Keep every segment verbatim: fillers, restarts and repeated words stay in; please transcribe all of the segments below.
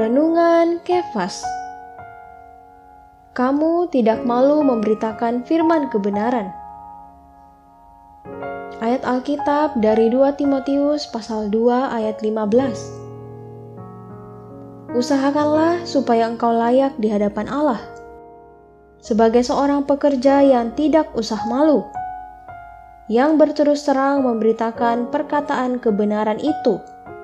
Renungan Kefas. Kamu tidak malu memberitakan firman kebenaran. Ayat Alkitab dari dua Timotius pasal dua ayat lima belas. Usahakanlah supaya engkau layak di hadapan Allah, sebagai seorang pekerja yang tidak usah malu, yang berterus terang memberitakan perkataan kebenaran itu.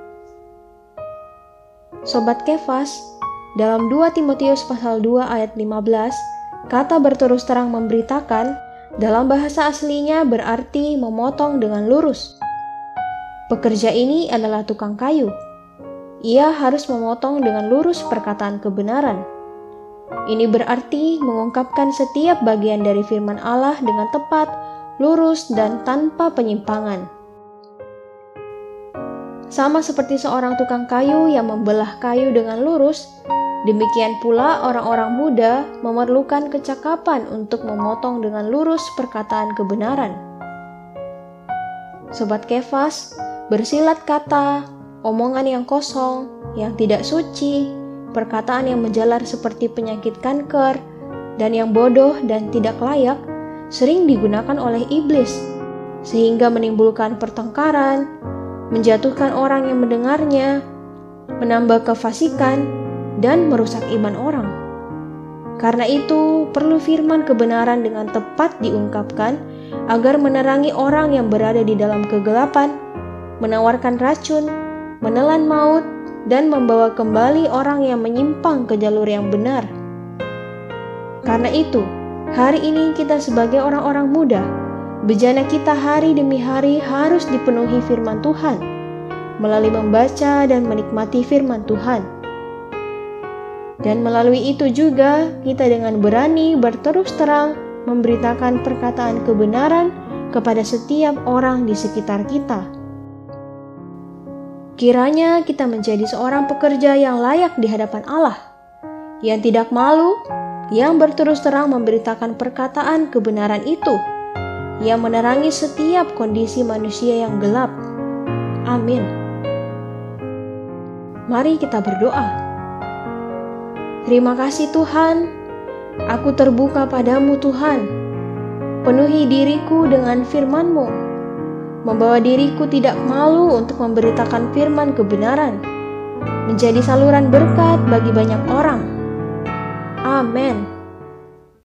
Sobat Kefas, dalam dua Timotius pasal dua ayat lima belas, kata berterus terang memberitakan dalam bahasa aslinya berarti memotong dengan lurus. Pekerja ini adalah tukang kayu. Ia harus memotong dengan lurus perkataan kebenaran. Ini berarti mengungkapkan setiap bagian dari firman Allah dengan tepat, lurus, dan tanpa penyimpangan. Sama seperti seorang tukang kayu yang membelah kayu dengan lurus, demikian pula orang-orang muda memerlukan kecakapan untuk memotong dengan lurus perkataan kebenaran. Sobat Kefas, bersilat kata, omongan yang kosong, yang tidak suci, perkataan yang menjalar seperti penyakit kanker, dan yang bodoh dan tidak layak, sering digunakan oleh iblis, sehingga menimbulkan pertengkaran, menjatuhkan orang yang mendengarnya, menambah kefasikan, dan merusak iman orang. Karena itu, perlu firman kebenaran dengan tepat diungkapkan agar menerangi orang yang berada di dalam kegelapan, menawarkan racun, menelan maut, dan membawa kembali orang yang menyimpang ke jalur yang benar. Karena itu, hari ini kita sebagai orang-orang muda, bejana kita hari demi hari harus dipenuhi firman Tuhan, melalui membaca dan menikmati firman Tuhan. Dan melalui itu juga kita dengan berani berterus terang memberitakan perkataan kebenaran kepada setiap orang di sekitar kita. Kiranya kita menjadi seorang pekerja yang layak di hadapan Allah, yang tidak malu, yang berterus terang memberitakan perkataan kebenaran itu, yang menerangi setiap kondisi manusia yang gelap. Amin. Mari kita berdoa. Terima kasih Tuhan, aku terbuka padamu Tuhan. Penuhi diriku dengan firman-Mu, membawa diriku tidak malu untuk memberitakan firman kebenaran, menjadi saluran berkat bagi banyak orang. Amin.